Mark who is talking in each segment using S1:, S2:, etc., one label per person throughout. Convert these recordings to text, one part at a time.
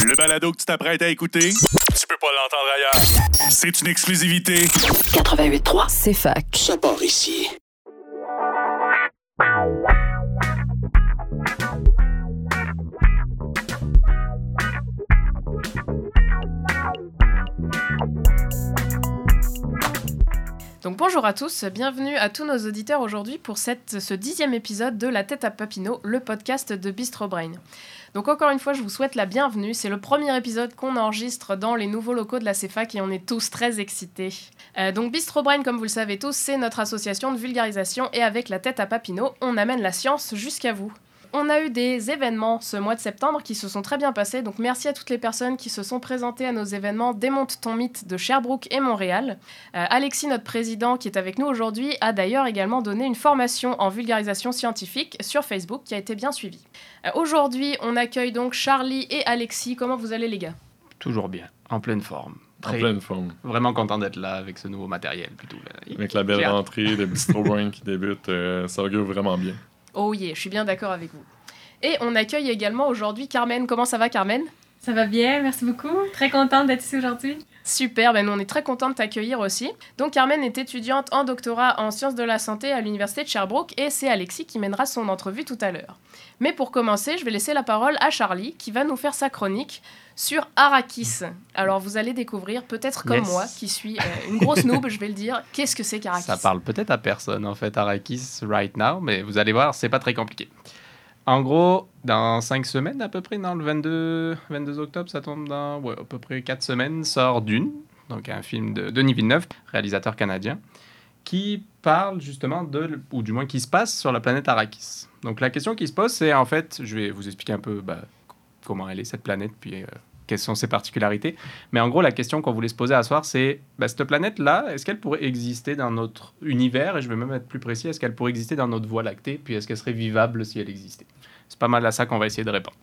S1: Le balado que tu t'apprêtes à écouter, tu peux pas l'entendre ailleurs. C'est une exclusivité.
S2: 88.3,
S3: c'est fac.
S2: ça part ici.
S4: Donc bonjour à tous, bienvenue à tous nos auditeurs aujourd'hui pour ce 10e épisode de La Tête à Papineau, le podcast de Bistro Brain. Donc encore une fois, je vous souhaite la bienvenue. C'est le premier épisode qu'on enregistre dans les nouveaux locaux de la CFAC et on est tous très excités. Donc Bistro Brain, comme vous le savez tous, c'est notre association de vulgarisation et avec La Tête à Papineau, on amène la science jusqu'à vous. On a eu des événements ce mois de septembre qui se sont très bien passés, donc merci à toutes les personnes qui se sont présentées à nos événements Démonte ton mythe de Sherbrooke et Montréal. Alexis, notre président, qui est avec nous aujourd'hui, a d'ailleurs également donné une formation en vulgarisation scientifique sur Facebook qui a été bien suivie. Aujourd'hui, on accueille donc Charlie et Alexis. Comment vous allez les gars ?
S5: Toujours bien, en pleine forme.
S6: En pleine forme.
S5: Vraiment content d'être là avec ce nouveau matériel. Plutôt.
S6: Avec la belle rentrée de Bistro Brain qui débute, ça augure vraiment bien.
S4: Oh yeah, je suis bien d'accord avec vous. Et on accueille également aujourd'hui Carmen. Comment ça va, Carmen ?
S7: Ça va bien, merci beaucoup. Très contente d'être ici aujourd'hui.
S4: Super, nous on est très contents de t'accueillir aussi. Donc Carmen est étudiante en doctorat en sciences de la santé à l'université de Sherbrooke et c'est Alexis qui mènera son entrevue tout à l'heure. Mais pour commencer, je vais laisser la parole à Charlie qui va nous faire sa chronique sur Arrakis. Alors vous allez découvrir, peut-être comme moi, qui suis une grosse noob, je vais le dire, qu'est-ce que c'est qu'Arrakis ?
S5: Ça parle peut-être à personne en fait, Arrakis right now, mais vous allez voir, c'est pas très compliqué. En gros, dans 5 semaines à peu près, dans le 22 octobre, ça tombe dans à peu près 4 semaines, sort Dune, donc un film de Denis Villeneuve, réalisateur canadien, qui parle justement ou du moins qui se passe sur la planète Arrakis. Donc la question qui se pose, c'est en fait, je vais vous expliquer un peu comment elle est cette planète, puis quelles sont ses particularités. Mais en gros, la question qu'on voulait se poser à soir, c'est cette planète-là, est-ce qu'elle pourrait exister dans notre univers ? Et je vais même être plus précis, est-ce qu'elle pourrait exister dans notre Voie lactée ? Puis est-ce qu'elle serait vivable si elle existait ? C'est pas mal à ça qu'on va essayer de répondre.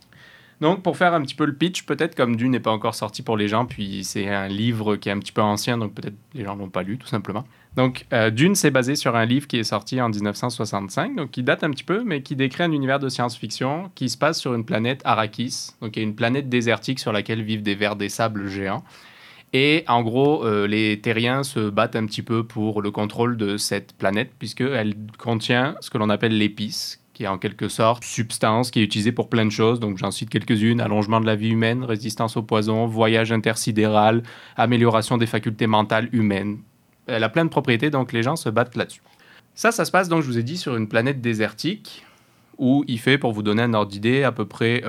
S5: Donc, pour faire un petit peu le pitch, peut-être comme Dune n'est pas encore sorti pour les gens, puis c'est un livre qui est un petit peu ancien, donc peut-être les gens ne l'ont pas lu, tout simplement. Donc, Dune, c'est basé sur un livre qui est sorti en 1965, donc qui date un petit peu, mais qui décrit un univers de science-fiction qui se passe sur une planète Arrakis, donc il y a une planète désertique sur laquelle vivent des vers des sables géants. Et en gros, les terriens se battent un petit peu pour le contrôle de cette planète, puisqu'elle contient ce que l'on appelle l'épice, qui est en quelque sorte substance qui est utilisée pour plein de choses. Donc j'en cite quelques-unes: allongement de la vie humaine, résistance au poison, voyage intersidéral, amélioration des facultés mentales humaines. Elle a plein de propriétés, donc les gens se battent là-dessus. Ça se passe donc, je vous ai dit, sur une planète désertique où il fait, pour vous donner un ordre d'idée, à peu près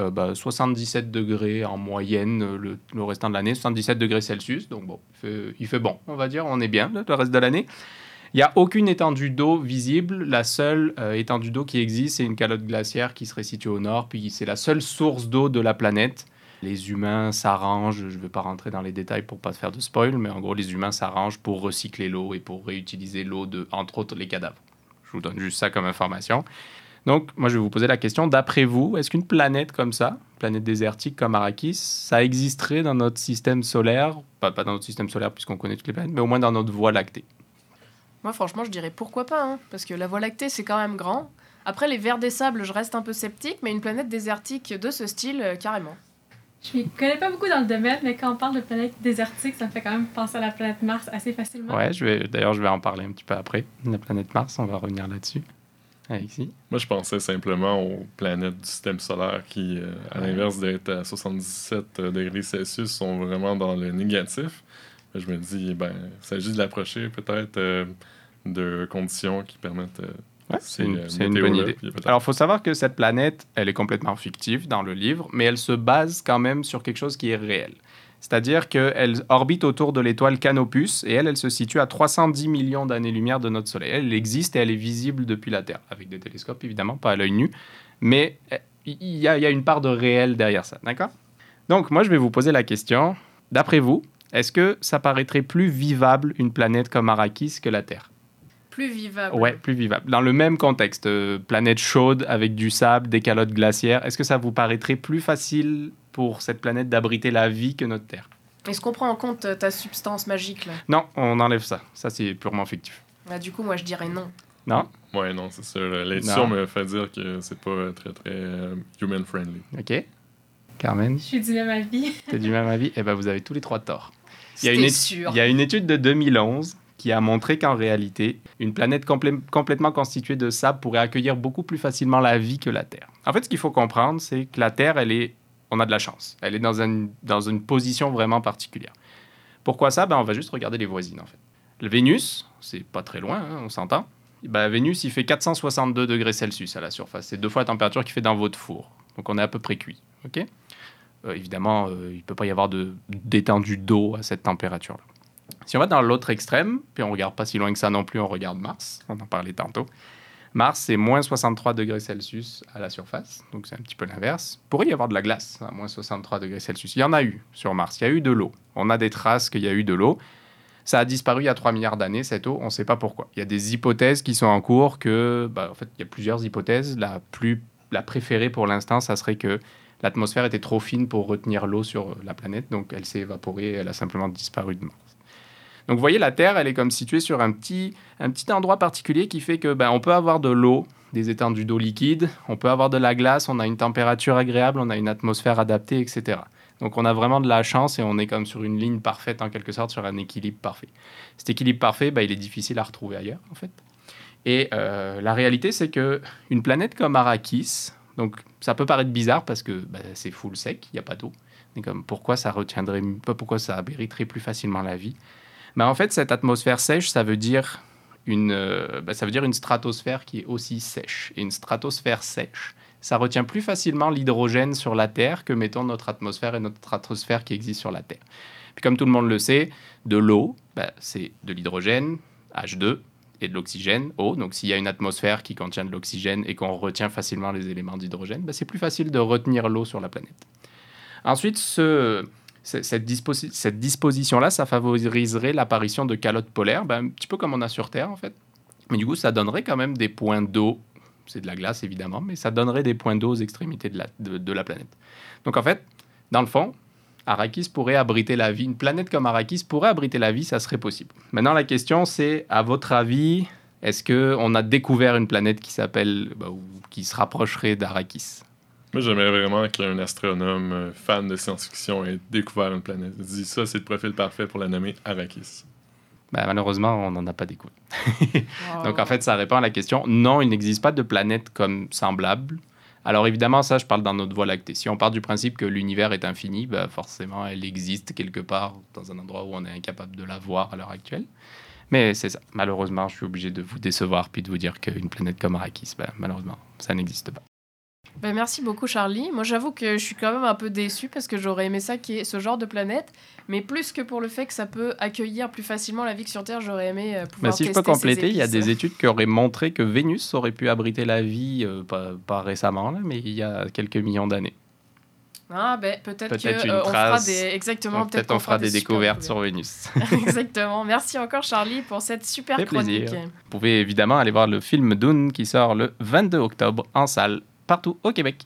S5: 77 degrés en moyenne le restant de l'année, 77 degrés Celsius. Donc bon, il fait bon, on va dire, on est bien le reste de l'année. Il n'y a aucune étendue d'eau visible. La seule étendue d'eau qui existe, c'est une calotte glaciaire qui serait située au nord. Puis c'est la seule source d'eau de la planète. Les humains s'arrangent, je ne vais pas rentrer dans les détails pour ne pas faire de spoil, mais en gros, les humains s'arrangent pour recycler l'eau et pour réutiliser l'eau de, entre autres, les cadavres. Je vous donne juste ça comme information. Donc, moi, je vais vous poser la question, d'après vous, est-ce qu'une planète comme ça, planète désertique comme Arrakis, ça existerait dans notre système solaire ? Pas dans notre système solaire puisqu'on connaît toutes les planètes, mais au moins dans notre Voie lactée.
S4: Moi, franchement, je dirais pourquoi pas, parce que la Voie lactée, c'est quand même grand. Après, les vers des sables, je reste un peu sceptique, mais une planète désertique de ce style, carrément.
S7: Je ne connais pas beaucoup dans le domaine, mais quand on parle de planète désertique, ça me fait quand même penser à la planète Mars assez facilement.
S5: Ouais, je vais en parler un petit peu après. La planète Mars, on va revenir là-dessus. Alexis?
S6: Moi, je pensais simplement aux planètes du système solaire qui, à l'inverse d'être à 77 degrés Celsius, sont vraiment dans le négatif. Je me dis, il s'agit de l'approcher peut-être de conditions qui permettent...
S5: c'est une bonne idée. Alors, il faut savoir que cette planète, elle est complètement fictive dans le livre, mais elle se base quand même sur quelque chose qui est réel. C'est-à-dire qu'elle orbite autour de l'étoile Canopus, et elle se situe à 310 millions d'années-lumière de notre Soleil. Elle existe et elle est visible depuis la Terre, avec des télescopes, évidemment, pas à l'œil nu, mais il y a une part de réel derrière ça, d'accord ? Donc, moi, je vais vous poser la question, d'après vous, est-ce que ça paraîtrait plus vivable, une planète comme Arrakis, que la Terre ?
S4: Plus vivable.
S5: Ouais, plus vivable. Dans le même contexte, planète chaude avec du sable, des calottes glaciaires, est-ce que ça vous paraîtrait plus facile pour cette planète d'abriter la vie que notre Terre ?
S4: Est-ce qu'on prend en compte ta substance magique, là ?
S5: Non, on enlève ça. Ça, c'est purement fictif.
S4: Du coup, moi, je dirais non.
S5: Non ?
S6: Ouais, non, c'est ça. L'édition me fait dire que c'est pas très, très human-friendly.
S5: OK. Carmen,
S7: Je suis du même avis.
S5: t'es du même avis? Eh ben, vous avez tous les trois tort.
S4: C'était sûr.
S5: Il y a une étude de 2011 qui a montré qu'en réalité, une planète complètement constituée de sable pourrait accueillir beaucoup plus facilement la vie que la Terre. En fait, ce qu'il faut comprendre, c'est que la Terre, on a de la chance. Elle est dans une position vraiment particulière. Pourquoi ça? On va juste regarder les voisines, en fait. Le Vénus, c'est pas très loin, on s'entend. Vénus, il fait 462 degrés Celsius à la surface. C'est 2 fois la température qu'il fait dans votre four. Donc, on est à peu près cuit. OK? Évidemment, il ne peut pas y avoir d'étendue d'eau à cette température-là. Si on va dans l'autre extrême, puis on ne regarde pas si loin que ça non plus, on regarde Mars. On en parlait tantôt. Mars, c'est moins 63 degrés Celsius à la surface. Donc, c'est un petit peu l'inverse. Il pourrait y avoir de la glace à moins 63 degrés Celsius. Il y en a eu sur Mars. Il y a eu de l'eau. On a des traces qu'il y a eu de l'eau. Ça a disparu il y a 3 milliards d'années, cette eau. On ne sait pas pourquoi. Il y a des hypothèses qui sont en cours en fait, il y a plusieurs hypothèses. La préférée pour l'instant, ça serait que l'atmosphère était trop fine pour retenir l'eau sur la planète. Donc, elle s'est évaporée. Elle a simplement disparu de Mars. Donc, vous voyez, la Terre, elle est comme située sur un petit endroit particulier qui fait que on peut avoir de l'eau, des étendues d'eau liquide, on peut avoir de la glace, on a une température agréable, on a une atmosphère adaptée, etc. Donc, on a vraiment de la chance et on est comme sur une ligne parfaite, en quelque sorte, sur un équilibre parfait. Cet équilibre parfait, il est difficile à retrouver ailleurs, en fait. Et la réalité, c'est qu'une planète comme Arrakis, donc ça peut paraître bizarre parce que c'est full sec, il n'y a pas d'eau. Mais comme pourquoi ça mériterait plus facilement la vie? En fait, cette atmosphère sèche, ça veut dire une stratosphère qui est aussi sèche. Et une stratosphère sèche, ça retient plus facilement l'hydrogène sur la Terre que, mettons, notre atmosphère et notre stratosphère qui existent sur la Terre. Puis comme tout le monde le sait, de l'eau, c'est de l'hydrogène, H2, et de l'oxygène, O. Donc s'il y a une atmosphère qui contient de l'oxygène et qu'on retient facilement les éléments d'hydrogène, c'est plus facile de retenir l'eau sur la planète. Ensuite, cette disposition-là, ça favoriserait l'apparition de calottes polaires, un petit peu comme on a sur Terre, en fait. Mais du coup, ça donnerait quand même des points d'eau. C'est de la glace, évidemment, mais ça donnerait des points d'eau aux extrémités de la planète. Donc, en fait, dans le fond, Arrakis pourrait abriter la vie. Une planète comme Arrakis pourrait abriter la vie, ça serait possible. Maintenant, la question, c'est, à votre avis, est-ce qu'on a découvert une planète qui s'appelle, ou qui se rapprocherait d'Arrakis?
S6: Moi, j'aimerais vraiment qu'un astronome fan de science-fiction ait découvert une planète. Il dit ça, c'est le profil parfait pour la nommer Arrakis.
S5: Malheureusement, on n'en a pas découvert. Donc, en fait, ça répond à la question. Non, il n'existe pas de planète comme semblable. Alors, évidemment, ça, je parle dans notre Voie lactée. Si on part du principe que l'univers est infini, forcément, elle existe quelque part dans un endroit où on est incapable de la voir à l'heure actuelle. Mais c'est ça. Malheureusement, je suis obligé de vous décevoir puis de vous dire qu'une planète comme Arrakis, malheureusement, ça n'existe pas.
S4: Merci beaucoup, Charlie. Moi, j'avoue que je suis quand même un peu déçue parce que j'aurais aimé ça qui est ce genre de planète. Mais plus que pour le fait que ça peut accueillir plus facilement la vie que sur Terre, j'aurais aimé pouvoir tester.
S5: Si je peux compléter, il y a des études qui auraient montré que Vénus aurait pu abriter la vie, pas récemment, là, mais il y a quelques millions d'années.
S4: Peut-être qu'on fera
S5: peut-être on fera des découvertes sur Vénus.
S4: Exactement. Merci encore, Charlie, pour cette super chronique.
S5: Plaisir. Vous pouvez évidemment aller voir le film Dune qui sort le 22 octobre en salle, partout au Québec.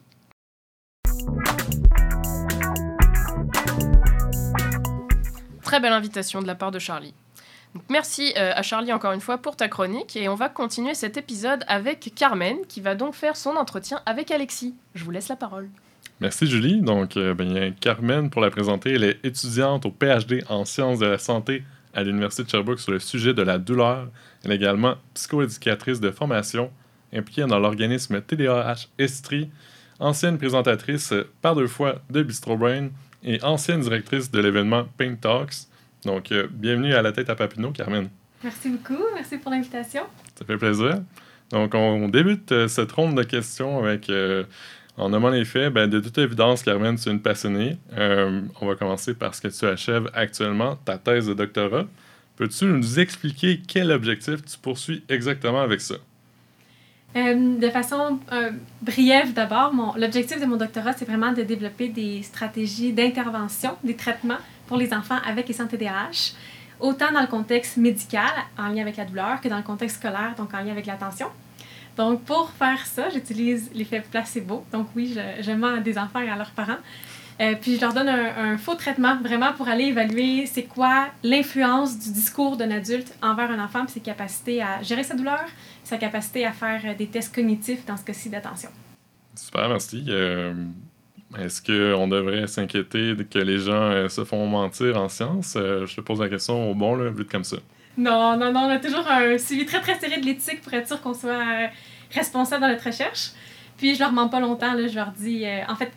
S4: Très belle invitation de la part de Charlie. Donc, merci à Charlie encore une fois pour ta chronique et on va continuer cet épisode avec Carmen qui va donc faire son entretien avec Alexis. Je vous laisse la parole.
S6: Merci Julie. Donc, Carmen, pour la présenter, elle est étudiante au PhD en sciences de la santé à l'Université de Sherbrooke sur le sujet de la douleur. Elle est également psychoéducatrice de formation, impliquée dans l'organisme TDAH Estrie, ancienne présentatrice par 2 fois de Bistro Brain et ancienne directrice de l'événement Pain Talks. Donc, bienvenue à la tête à Papineau, Carmen.
S7: Merci beaucoup. Merci pour l'invitation.
S6: Ça fait plaisir. Donc, on débute cette ronde de questions avec... en nommant les faits, de toute évidence, Carmen, tu es une passionnée. On va commencer par ce que tu achèves actuellement, ta thèse de doctorat. Peux-tu nous expliquer quel objectif tu poursuis exactement avec ça?
S7: De façon briève d'abord, l'objectif de mon doctorat, c'est vraiment de développer des stratégies d'intervention, des traitements pour les enfants avec et sans TDAH, autant dans le contexte médical, en lien avec la douleur, que dans le contexte scolaire, donc en lien avec l'attention. Donc, pour faire ça, j'utilise l'effet placebo. Donc oui, je mens à des enfants et à leurs parents. Puis je leur donne un faux traitement, vraiment pour aller évaluer c'est quoi l'influence du discours d'un adulte envers un enfant, puis ses capacités à gérer sa douleur, sa capacité à faire des tests cognitifs, dans ce cas-ci, d'attention.
S6: Super, merci. Est-ce qu'on devrait s'inquiéter que les gens se font mentir en sciences? Je te pose la question au bon, là, vite comme ça.
S7: Non, on a toujours un suivi très très serré de l'éthique pour être sûr qu'on soit responsable dans notre recherche. Puis je leur mens pas longtemps, là, je leur dis... en fait,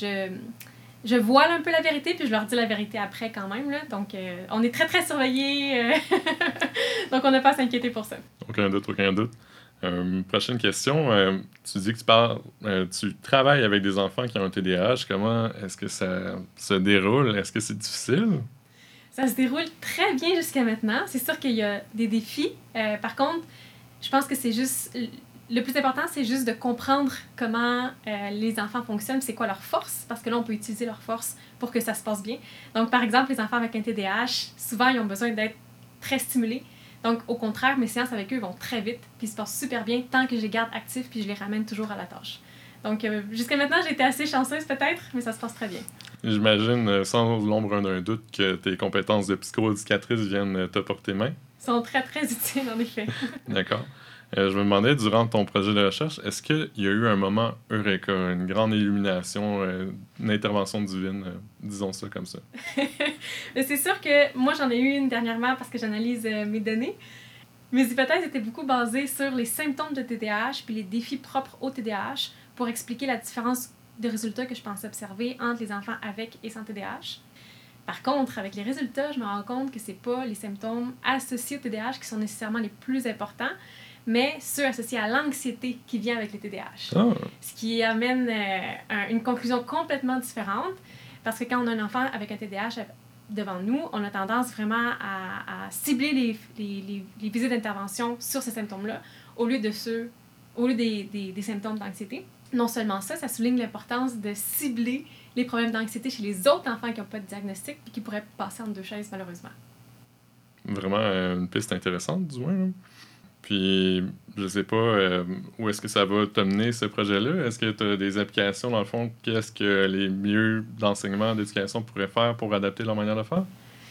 S7: je voile un peu la vérité, puis je leur dis la vérité après quand même. Là. Donc, on est très très surveillés. Donc, on n'a pas à s'inquiéter pour ça.
S6: Aucun doute. Prochaine question. Tu dis que tu travailles avec des enfants qui ont un TDAH. Comment est-ce que ça se déroule? Est-ce que c'est difficile?
S7: Ça se déroule très bien jusqu'à maintenant. C'est sûr qu'il y a des défis. Par contre, je pense que c'est juste... Le plus important, c'est juste de comprendre comment les enfants fonctionnent, c'est quoi leur force, parce que là, on peut utiliser leur force pour que ça se passe bien. Donc, par exemple, les enfants avec un TDAH, souvent, ils ont besoin d'être très stimulés. Donc, au contraire, mes séances avec eux vont très vite, puis ils se passent super bien tant que je les garde actifs, puis je les ramène toujours à la tâche. Donc, jusqu'à maintenant, j'ai été assez chanceuse peut-être, mais ça se passe très bien.
S6: J'imagine, sans l'ombre d'un doute, que tes compétences de psychoéducatrice viennent te porter main.
S7: Ils sont très, très utiles, en effet.
S6: D'accord. Je me demandais, durant ton projet de recherche, est-ce qu'il y a eu un moment Eureka, une grande illumination, une intervention divine, disons ça comme ça?
S7: Mais c'est sûr que moi, j'en ai eu une dernièrement parce que j'analyse mes données. Mes hypothèses étaient beaucoup basées sur les symptômes de TDAH puis les défis propres au TDAH pour expliquer la différence de résultats que je pensais observer entre les enfants avec et sans TDAH. Par contre, avec les résultats, je me rends compte que c'est pas les symptômes associés au TDAH qui sont nécessairement les plus importants, mais ceux associés à l'anxiété qui vient avec le TDAH.
S6: Oh.
S7: Ce qui amène une conclusion complètement différente, parce que quand on a un enfant avec un TDAH devant nous, on a tendance vraiment à cibler les visites d'intervention sur ces symptômes-là, au lieu des symptômes d'anxiété. Non seulement ça, ça souligne l'importance de cibler les problèmes d'anxiété chez les autres enfants qui n'ont pas de diagnostic et qui pourraient passer entre deux chaises, malheureusement.
S6: Vraiment une piste intéressante, du moins. Là. Puis, je sais pas où est-ce que ça va t'amener, ce projet-là. Est-ce que tu as des applications, dans le fond? Qu'est-ce que les milieux d'enseignement, d'éducation pourraient faire pour adapter leur manière de faire?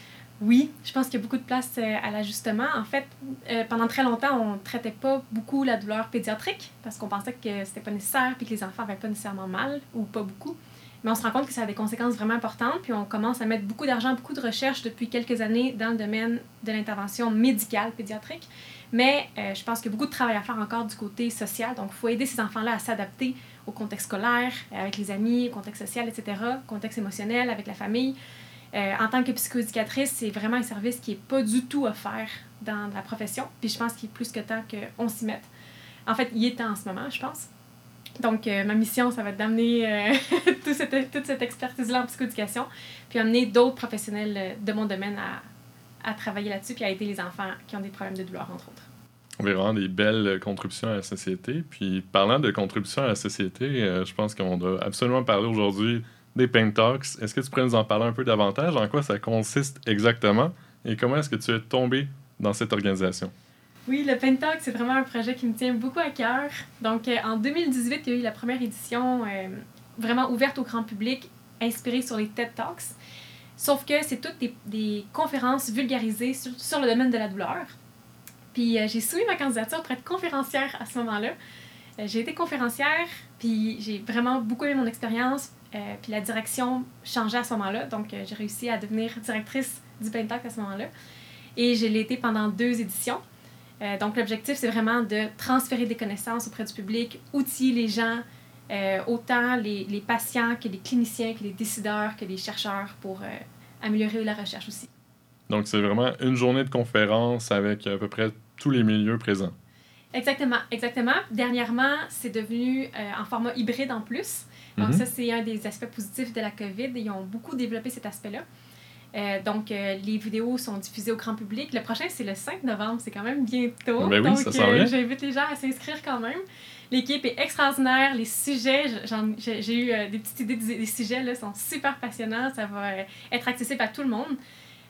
S7: Oui, je pense qu'il y a beaucoup de place à l'ajustement. En fait, pendant très longtemps, on ne traitait pas beaucoup la douleur pédiatrique parce qu'on pensait que c'était pas nécessaire puis que les enfants n'avaient pas nécessairement mal ou pas beaucoup. Mais on se rend compte que ça a des conséquences vraiment importantes puis on commence à mettre beaucoup d'argent, beaucoup de recherches depuis quelques années dans le domaine de l'intervention médicale pédiatrique. Mais je pense qu'il y a beaucoup de travail à faire encore du côté social. Donc, il faut aider ces enfants-là à s'adapter au contexte scolaire, avec les amis, au contexte social, etc., au contexte émotionnel, avec la famille. En tant que psychoéducatrice, c'est vraiment un service qui n'est pas du tout offert dans la profession. Puis je pense qu'il est plus que temps qu'on s'y mette. En fait, il est temps en ce moment, je pense. Donc, ma mission, ça va être d'amener toute cette expertise-là en psychoéducation, puis amener d'autres professionnels de mon domaine à travailler là-dessus, puis à aider les enfants qui ont des problèmes de douleur, entre autres.
S6: On va vraiment des belles contributions à la société. Puis, parlant de contributions à la société, je pense qu'on doit absolument parler aujourd'hui des Pain Talks. Est-ce que tu pourrais nous en parler un peu davantage? En quoi ça consiste exactement? Et comment est-ce que tu es tombé dans cette organisation?
S7: Oui, le Pain Talk, c'est vraiment un projet qui me tient beaucoup à cœur. Donc, en 2018, il y a eu la première édition vraiment ouverte au grand public, inspirée sur les TED Talks. Sauf que c'est toutes des conférences vulgarisées sur le domaine de la douleur. Puis, j'ai soumis ma candidature pour être conférencière à ce moment-là. J'ai été conférencière, puis j'ai vraiment beaucoup aimé mon expérience. Puis la direction changeait à ce moment-là. Donc, j'ai réussi à devenir directrice du Pain Talk à ce moment-là. Et je l'ai été pendant 2 éditions. Donc, l'objectif, c'est vraiment de transférer des connaissances auprès du public, outiller les gens, autant les patients que les cliniciens, que les décideurs, que les chercheurs pour améliorer la recherche aussi.
S6: Donc, c'est vraiment une journée de conférence avec à peu près tous les milieux présents.
S7: Exactement. Dernièrement, c'est devenu en format hybride en plus. Donc, ça, c'est un des aspects positifs de la COVID. Ils ont beaucoup développé cet aspect-là. Donc, les vidéos sont diffusées au grand public. Le prochain, c'est le 5 novembre. C'est quand même bientôt.
S6: Ben oui,
S7: donc,
S6: ça s'en vient.
S7: J'invite les gens à s'inscrire quand même. L'équipe est extraordinaire. Les sujets, j'ai eu des petites idées des sujets, là, sont super passionnants. Ça va être accessible à tout le monde.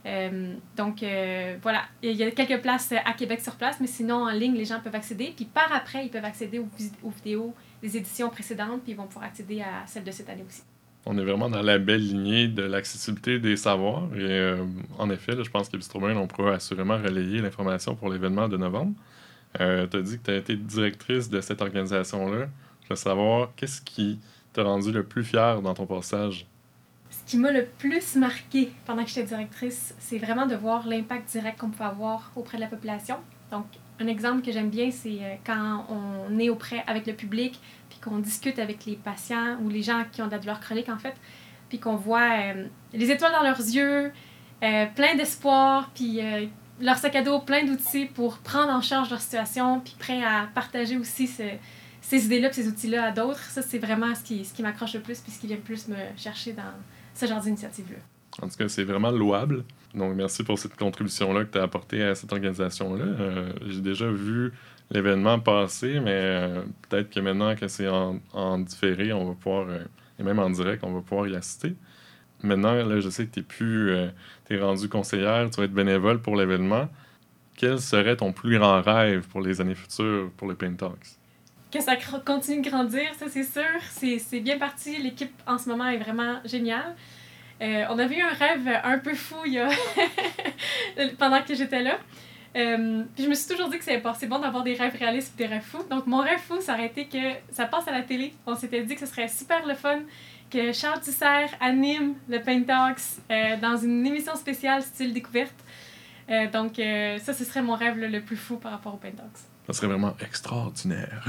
S7: Donc, voilà. Il y a quelques places à Québec sur place, mais sinon, en ligne, les gens peuvent accéder. Puis par après, ils peuvent accéder aux vidéos des éditions précédentes, puis ils vont pouvoir accéder à celles de cette année aussi.
S6: On est vraiment dans la belle lignée de l'accessibilité des savoirs. Et en effet, là, je pense que Bistrobrain, on pourra assurément relayer l'information pour l'événement de novembre. Tu as dit que tu as été directrice de cette organisation-là. Je veux savoir, qu'est-ce qui t'a rendu le plus fier dans ton passage?
S7: Ce qui m'a le plus marqué pendant que j'étais directrice, c'est vraiment de voir l'impact direct qu'on peut avoir auprès de la population. Donc, un exemple que j'aime bien, c'est quand on est avec le public, puis qu'on discute avec les patients ou les gens qui ont de la douleur chronique, en fait, puis qu'on voit les étoiles dans leurs yeux, plein d'espoir, puis leur sac à dos plein d'outils pour prendre en charge leur situation, puis prêts à partager aussi ces idées-là, puis ces outils-là à d'autres. Ça, c'est vraiment ce qui m'accroche le plus, puis ce qui vient le plus me chercher dans ce genre d'initiative-là.
S6: En tout cas, c'est vraiment louable. Donc, merci pour cette contribution-là que tu as apportée à cette organisation-là. J'ai déjà vu l'événement passer, mais peut-être que maintenant que c'est en différé, on va pouvoir, et même en direct, on va pouvoir y assister. Maintenant, là, je sais que t'es rendu conseillère, tu vas être bénévole pour l'événement. Quel serait ton plus grand rêve pour les années futures pour le Pain Talks?
S7: Que ça continue de grandir, ça c'est sûr. C'est bien parti. L'équipe en ce moment est vraiment géniale. On avait eu un rêve un peu fou pendant que j'étais là. Puis je me suis toujours dit que c'est bon d'avoir des rêves réalistes et des rêves fous. Donc mon rêve fou, ça aurait été que ça passe à la télé. On s'était dit que ce serait super le fun que Charles Tisser anime le Pain Talks dans une émission spéciale style découverte. Donc ça, ce serait mon rêve le plus fou par rapport au Pain Talks.
S6: Ça serait vraiment extraordinaire.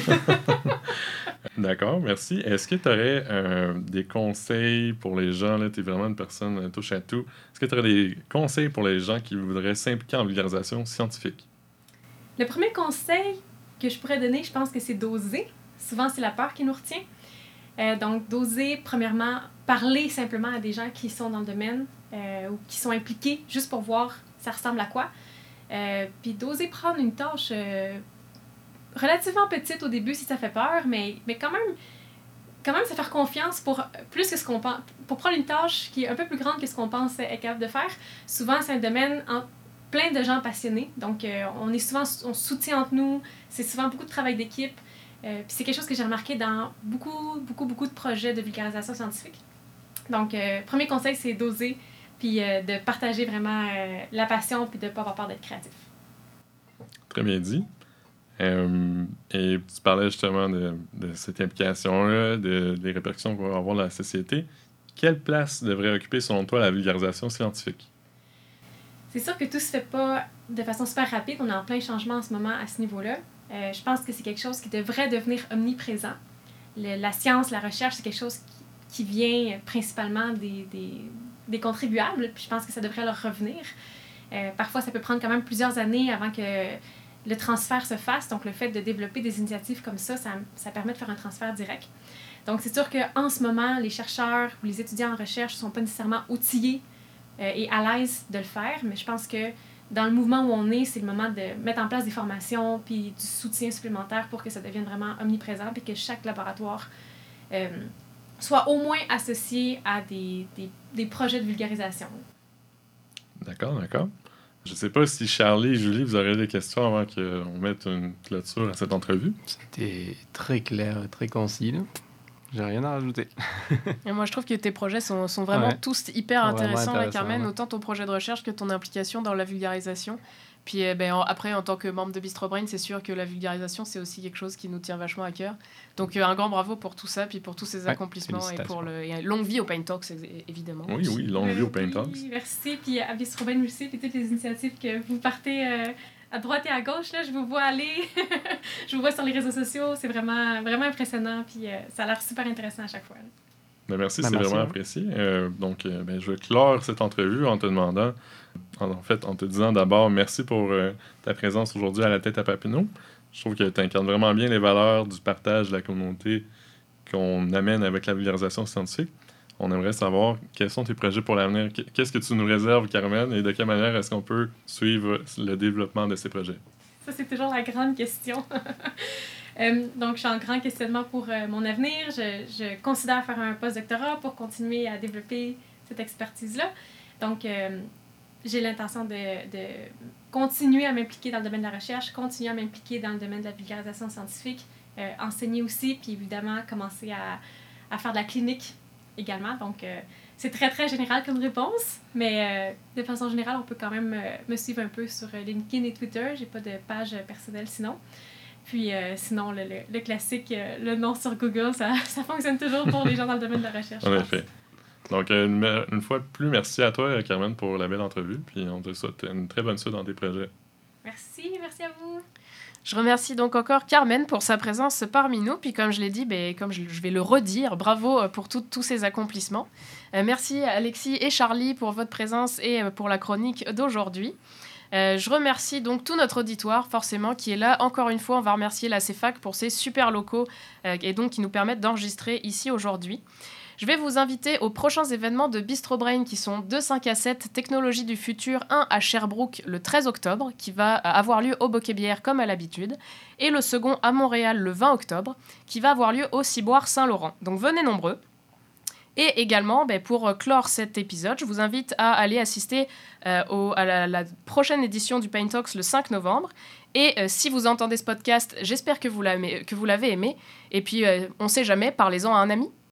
S6: D'accord, merci. Est-ce que tu aurais des conseils pour les gens? Tu es vraiment une personne touche à tout. Est-ce que tu aurais des conseils pour les gens qui voudraient s'impliquer en vulgarisation scientifique?
S7: Le premier conseil que je pourrais donner, je pense que c'est d'oser. Souvent, c'est la peur qui nous retient. Donc, d'oser, premièrement, parler simplement à des gens qui sont dans le domaine ou qui sont impliqués, juste pour voir ça ressemble à quoi. Puis d'oser prendre une tâche relativement petite au début si ça fait peur, mais quand même se faire confiance pour plus que ce qu'on pense, pour prendre une tâche qui est un peu plus grande que ce qu'on pense être capable de faire. Souvent, c'est un domaine plein de gens passionnés, donc on se soutient entre nous, c'est souvent beaucoup de travail d'équipe. Puis c'est quelque chose que j'ai remarqué dans beaucoup de projets de vulgarisation scientifique. Donc, premier conseil, c'est d'oser, puis de partager vraiment la passion, puis de ne pas avoir peur d'être créatif.
S6: Très bien dit. Et tu parlais justement de cette implication-là, des répercussions qu'on va avoir dans la société. Quelle place devrait occuper, selon toi, la vulgarisation scientifique?
S7: C'est sûr que tout se fait pas de façon super rapide. On est en plein changement en ce moment à ce niveau-là. Je pense que c'est quelque chose qui devrait devenir omniprésent. La science, la recherche, c'est quelque chose qui vient principalement des contribuables, puis je pense que ça devrait leur revenir. Parfois, ça peut prendre quand même plusieurs années avant que le transfert se fasse. Donc, le fait de développer des initiatives comme ça permet de faire un transfert direct. Donc, c'est sûr qu'en ce moment, les chercheurs ou les étudiants en recherche ne sont pas nécessairement outillés et à l'aise de le faire, mais je pense que dans le mouvement où on est, c'est le moment de mettre en place des formations puis du soutien supplémentaire pour que ça devienne vraiment omniprésent puis que chaque laboratoire soit au moins associé à des projets de vulgarisation.
S6: D'accord. Je ne sais pas si Charlie et Julie, vous aurez des questions avant qu'on mette une clôture à cette entrevue.
S5: C'était très clair, très concis, là. J'ai rien à rajouter.
S4: Et moi, je trouve que tes projets sont vraiment tous hyper intéressants, Carmen,
S5: ouais.
S4: Autant ton projet de recherche que ton implication dans la vulgarisation. Puis après, en tant que membre de Bistro Brain, c'est sûr que la vulgarisation, c'est aussi quelque chose qui nous tient vachement à cœur. Donc, un grand bravo pour tout ça, puis pour tous ces accomplissements et longue vie au Pain Talks, évidemment.
S6: Oui, longue vie au Pain Talks.
S7: Merci, puis à Bistro Brain aussi, puis toutes les initiatives que vous partez à droite et à gauche, là, je vous vois aller, je vous vois sur les réseaux sociaux, c'est vraiment, vraiment impressionnant, puis ça a l'air super intéressant à chaque fois.
S6: Merci, c'est vraiment apprécié. Donc, je vais clore cette entrevue en te demandant, en te disant d'abord merci pour ta présence aujourd'hui à la Tête à Papineau. Je trouve que tu incarnes vraiment bien les valeurs du partage de la communauté qu'on amène avec la vulgarisation scientifique. On aimerait savoir quels sont tes projets pour l'avenir. Qu'est-ce que tu nous réserves, Carmen, et de quelle manière est-ce qu'on peut suivre le développement de ces projets?
S7: Ça, c'est toujours la grande question. Donc, je suis en grand questionnement pour mon avenir. Je considère faire un post-doctorat pour continuer à développer cette expertise-là. Donc, j'ai l'intention de continuer à m'impliquer dans le domaine de la recherche, continuer à m'impliquer dans le domaine de la vulgarisation scientifique, enseigner aussi, puis évidemment, commencer à faire de la clinique également. Donc, c'est très, très général comme réponse, mais de façon générale, on peut quand même me suivre un peu sur LinkedIn et Twitter. J'ai pas de page personnelle sinon. Puis sinon, le classique, le nom sur Google, ça fonctionne toujours pour les gens dans le domaine de la recherche.
S6: En effet. Donc, une fois de plus, merci à toi, Carmen, pour la belle entrevue. Puis on te souhaite une très bonne suite dans tes projets.
S7: Merci à vous.
S4: Je remercie donc encore Carmen pour sa présence parmi nous. Puis comme je l'ai dit, comme je vais le redire, bravo pour tous ces accomplissements. Merci Alexis et Charlie pour votre présence et pour la chronique d'aujourd'hui. Je remercie donc tout notre auditoire, forcément, qui est là. Encore une fois, on va remercier la CEFAC pour ses super locaux et donc qui nous permettent d'enregistrer ici aujourd'hui. Je vais vous inviter aux prochains événements de Bistro Brain qui sont 2, 5 à 7 Technologie du futur, un à Sherbrooke le 13 octobre, qui va avoir lieu au Bocquet-Bière comme à l'habitude, et le second à Montréal le 20 octobre, qui va avoir lieu au Ciboire Saint-Laurent. Donc venez nombreux. Et également, pour clore cet épisode, je vous invite à aller assister à la prochaine édition du Paint Talks le 5 novembre. Et si vous entendez ce podcast, j'espère que vous l'avez aimé. Et puis, on ne sait jamais, parlez-en à un ami.